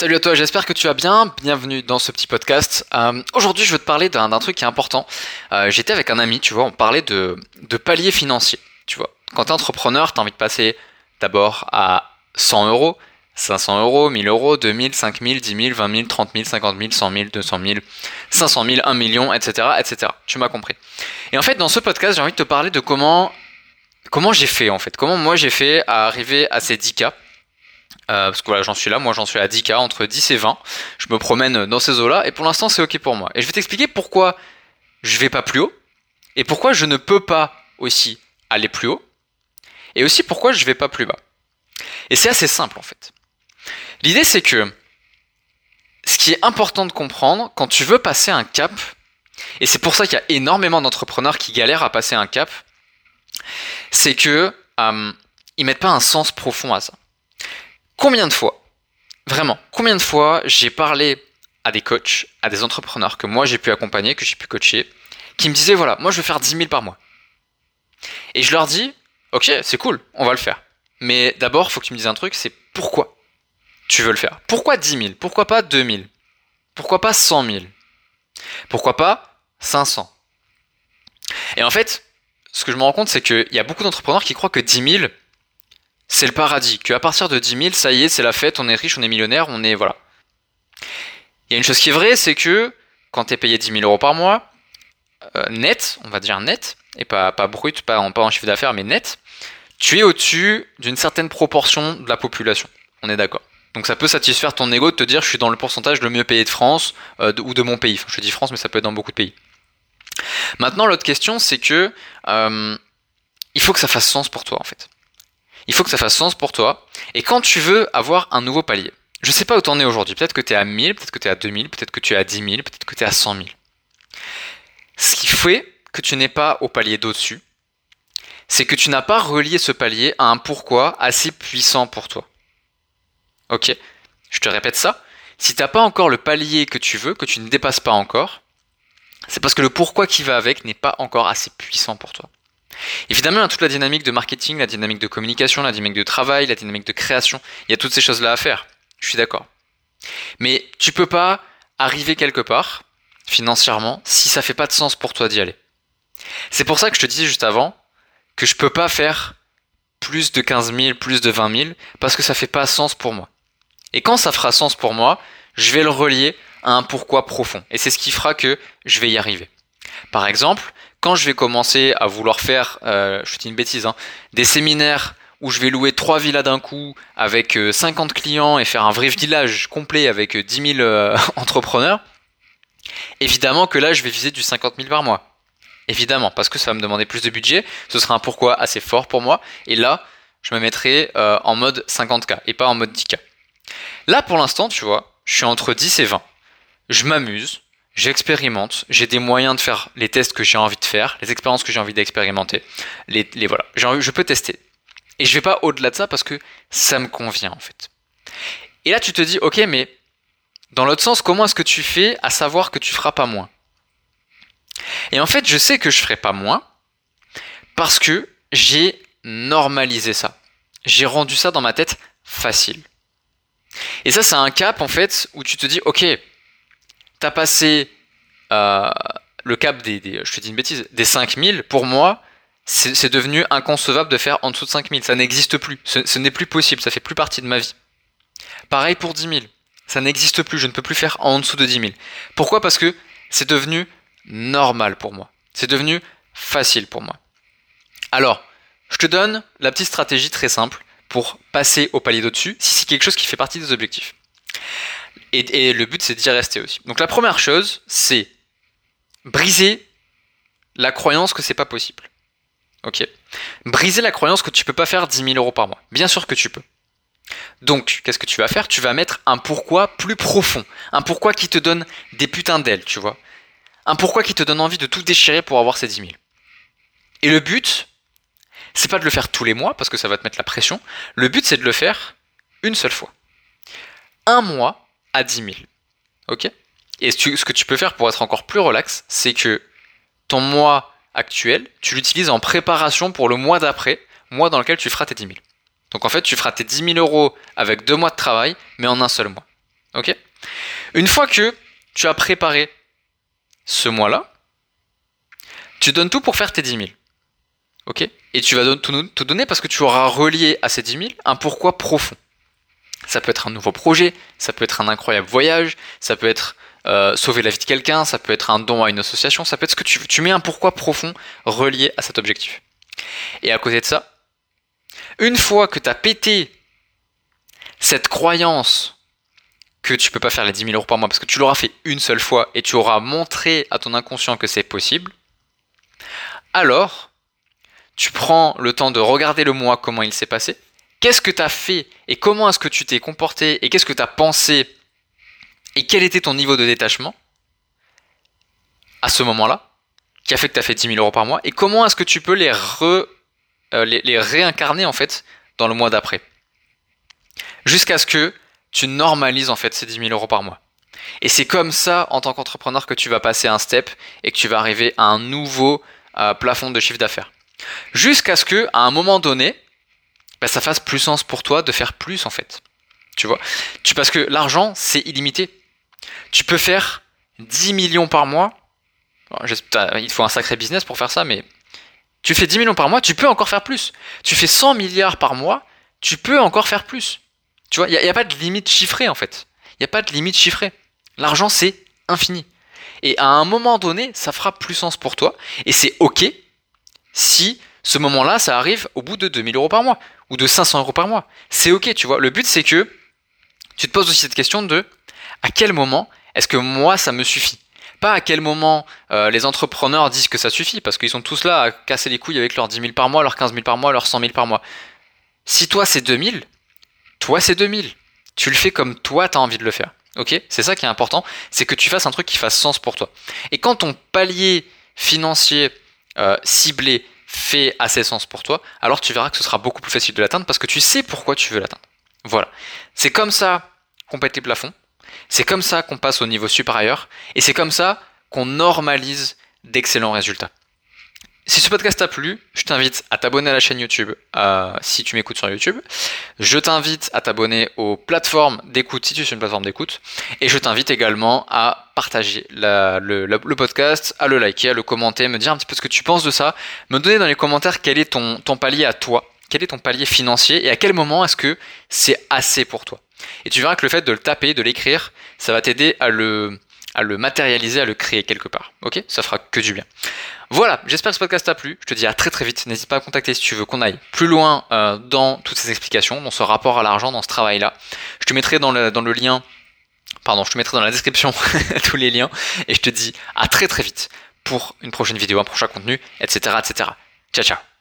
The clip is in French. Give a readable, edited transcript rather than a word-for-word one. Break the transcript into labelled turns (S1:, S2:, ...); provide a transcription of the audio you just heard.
S1: Salut à toi, j'espère que tu vas bien. Bienvenue dans ce petit podcast. Aujourd'hui, je veux te parler d'un truc qui est important. J'étais avec un ami, tu vois, on parlait de paliers financiers. Tu vois, quand t'es entrepreneur, t'as envie de passer d'abord à 100 euros, 500 euros, 1000 euros, 2000, 5000, 10 000, 20 000, 30 000, 50 000, 100 000, 200 000, 500 000, 1 million, etc., etc. Tu m'as compris. Et en fait, dans ce podcast, j'ai envie de te parler de comment j'ai fait en fait, comment moi j'ai fait à arriver à ces 10K. Parce que voilà, j'en suis là, moi j'en suis à 10K, entre 10 et 20. Je me promène dans ces eaux-là, et pour l'instant c'est ok pour moi. Et je vais t'expliquer pourquoi je vais pas plus haut, et pourquoi je ne peux pas aussi aller plus haut, et aussi pourquoi je vais pas plus bas. Et c'est assez simple en fait. L'idée c'est que ce qui est important de comprendre quand tu veux passer un cap, et c'est pour ça qu'il y a énormément d'entrepreneurs qui galèrent à passer un cap, c'est que ils mettent pas un sens profond à ça. Combien de fois, vraiment, combien de fois j'ai parlé à des coachs, à des entrepreneurs que moi j'ai pu accompagner, que j'ai pu coacher, qui me disaient voilà, moi je veux faire 10 000 par mois. Et je leur dis, ok, c'est cool, on va le faire. Mais d'abord, il faut que tu me dises un truc, c'est pourquoi tu veux le faire. Pourquoi 10 000? Pourquoi pas 2 000? Pourquoi pas 100 000? Pourquoi pas 500? Et en fait, ce que je me rends compte, c'est qu'il y a beaucoup d'entrepreneurs qui croient que 10 000, c'est le paradis. Qu'à partir de 10 000, ça y est, c'est la fête, on est riche, on est millionnaire, on est... Voilà. Il y a une chose qui est vraie, c'est que quand tu es payé 10 000 euros par mois, net, on va dire net, et pas brut, pas en chiffre d'affaires, mais net, tu es au-dessus d'une certaine proportion de la population. On est d'accord. Donc ça peut satisfaire ton ego de te dire je suis dans le pourcentage le mieux payé de France ou de mon pays. Enfin, je dis France, mais ça peut être dans beaucoup de pays. Maintenant, l'autre question, c'est que il faut que ça fasse sens pour toi, en fait. Il faut que ça fasse sens pour toi. Et quand tu veux avoir un nouveau palier, je sais pas où t'en es aujourd'hui. Peut-être que t'es à 1000, peut-être que t'es à 2000, peut-être que tu es à 10 000, peut-être que t'es à 100 000. Ce qui fait que tu n'es pas au palier d'au-dessus, c'est que tu n'as pas relié ce palier à un pourquoi assez puissant pour toi. Ok? Je te répète ça. Si t'as pas encore le palier que tu veux, que tu ne dépasses pas encore, c'est parce que le pourquoi qui va avec n'est pas encore assez puissant pour toi. Évidemment, il y a toute la dynamique de marketing, la dynamique de communication, la dynamique de travail, la dynamique de création. Il y a toutes ces choses-là à faire. Je suis d'accord. Mais tu peux pas arriver quelque part, financièrement, si ça fait pas de sens pour toi d'y aller. C'est pour ça que je te disais juste avant que je peux pas faire plus de 15 000, plus de 20 000, parce que ça fait pas sens pour moi. Et quand ça fera sens pour moi, je vais le relier à un pourquoi profond. Et c'est ce qui fera que je vais y arriver. Par exemple, quand je vais commencer à vouloir faire, je te dis une bêtise, des séminaires où je vais louer 3 villas d'un coup avec 50 clients et faire un vrai village complet avec 10 000 entrepreneurs, évidemment que là je vais viser du 50 000 par mois. Évidemment, parce que ça va me demander plus de budget, ce sera un pourquoi assez fort pour moi, et là je me mettrai en mode 50K et pas en mode 10K. Là pour l'instant, tu vois, je suis entre 10 et 20. Je m'amuse, j'expérimente, j'ai des moyens de faire les tests que j'ai envie de faire, les expériences que j'ai envie d'expérimenter. Voilà, je peux tester. Et je vais pas au-delà de ça parce que ça me convient en fait. Et là tu te dis, ok, mais dans l'autre sens, comment est-ce que tu fais à savoir que tu feras pas moins? Et en fait, je sais que je ferai pas moins parce que j'ai normalisé ça. J'ai rendu ça dans ma tête facile. Et ça, c'est un cap en fait où tu te dis, ok, t'as passé le cap je te dis une bêtise, des 5000, pour moi, c'est devenu inconcevable de faire en dessous de 5000. Ça n'existe plus. Ce n'est plus possible. Ça fait plus partie de ma vie. Pareil pour 10 000. Ça n'existe plus. Je ne peux plus faire en dessous de 10 000. Pourquoi? Parce que c'est devenu normal pour moi. C'est devenu facile pour moi. Alors, je te donne la petite stratégie très simple pour passer au palier d'au-dessus si c'est quelque chose qui fait partie des objectifs. Et le but, c'est d'y rester aussi. Donc la première chose, c'est briser la croyance que c'est pas possible. Ok. Briser la croyance que tu peux pas faire 10 000 euros par mois. Bien sûr que tu peux. Donc, qu'est-ce que tu vas faire? Tu vas mettre un pourquoi plus profond. Un pourquoi qui te donne des putains d'ailes, tu vois. Un pourquoi qui te donne envie de tout déchirer pour avoir ces 10 000. Et le but, c'est pas de le faire tous les mois, parce que ça va te mettre la pression. Le but, c'est de le faire une seule fois. Un mois à 10 000. Ok? Et ce que tu peux faire pour être encore plus relax, c'est que ton mois actuel, tu l'utilises en préparation pour le mois d'après, mois dans lequel tu feras tes 10 000. Donc en fait, tu feras tes 10 000 euros avec 2 mois de travail, mais en un seul mois. Ok ? Une fois que tu as préparé ce mois-là, tu donnes tout pour faire tes 10 000. Ok ? Et tu vas tout donner parce que tu auras relié à ces 10 000 un pourquoi profond. Ça peut être un nouveau projet, ça peut être un incroyable voyage, ça peut être sauver la vie de quelqu'un, ça peut être un don à une association, ça peut être ce que tu veux. Tu mets un pourquoi profond relié à cet objectif. Et à côté de ça, une fois que tu as pété cette croyance que tu peux pas faire les 10 000 euros par mois parce que tu l'auras fait une seule fois et tu auras montré à ton inconscient que c'est possible, alors tu prends le temps de regarder le mois, comment il s'est passé, qu'est-ce que tu as fait et comment est-ce que tu t'es comporté et qu'est-ce que tu as pensé et quel était ton niveau de détachement à ce moment-là qui a fait que tu as fait 10 000 euros par mois et comment est-ce que tu peux les réincarner en fait dans le mois d'après jusqu'à ce que tu normalises en fait ces 10 000 euros par mois. Et c'est comme ça en tant qu'entrepreneur que tu vas passer un step et que tu vas arriver à un nouveau plafond de chiffre d'affaires. Jusqu'à ce que, à un moment donné, ça fasse plus sens pour toi de faire plus en fait. Tu vois, parce que l'argent c'est illimité. Tu peux faire 10 millions par mois. Il faut un sacré business pour faire ça, mais tu fais 10 millions par mois, tu peux encore faire plus. Tu fais 100 milliards par mois, tu peux encore faire plus. Tu vois, il n'y a pas de limite chiffrée en fait. Il n'y a pas de limite chiffrée. L'argent c'est infini. Et à un moment donné, ça fera plus sens pour toi. Et c'est ok si ce moment-là, ça arrive au bout de 2 000 euros par mois ou de 500 euros par mois. C'est ok, tu vois. Le but c'est que tu te poses aussi cette question de à quel moment est-ce que moi ça me suffit ? Pas à quel moment les entrepreneurs disent que ça suffit, parce qu'ils sont tous là à casser les couilles avec leurs 10 000 par mois, leurs 15 000 par mois, leurs 100 000 par mois. Si toi c'est 2 000, toi c'est 2 000. Tu le fais comme toi t'as envie de le faire. Ok ? C'est ça qui est important, c'est que tu fasses un truc qui fasse sens pour toi. Et quand ton palier financier ciblé fait assez sens pour toi, alors tu verras que ce sera beaucoup plus facile de l'atteindre parce que tu sais pourquoi tu veux l'atteindre. Voilà. C'est comme ça qu'on pète les plafonds. C'est comme ça qu'on passe au niveau supérieur et c'est comme ça qu'on normalise d'excellents résultats. Si ce podcast t'a plu, je t'invite à t'abonner à la chaîne YouTube si tu m'écoutes sur YouTube. Je t'invite à t'abonner aux plateformes d'écoute si tu es sur une plateforme d'écoute. Et je t'invite également à partager le podcast, à le liker, à le commenter, me dire un petit peu ce que tu penses de ça. Me donner dans les commentaires quel est ton palier à toi, quel est ton palier financier et à quel moment est-ce que c'est assez pour toi. Et tu verras que le fait de le taper, de l'écrire, ça va t'aider à le matérialiser, à le créer quelque part. Ok ? Ça fera que du bien. Voilà, j'espère que ce podcast t'a plu. Je te dis à très très vite. N'hésite pas à me contacter si tu veux qu'on aille plus loin dans toutes ces explications, dans ce rapport à l'argent, dans ce travail-là. Je te mettrai dans le lien, je te mettrai dans la description tous les liens. Et je te dis à très très vite pour une prochaine vidéo, un prochain contenu, etc. etc. Ciao ciao.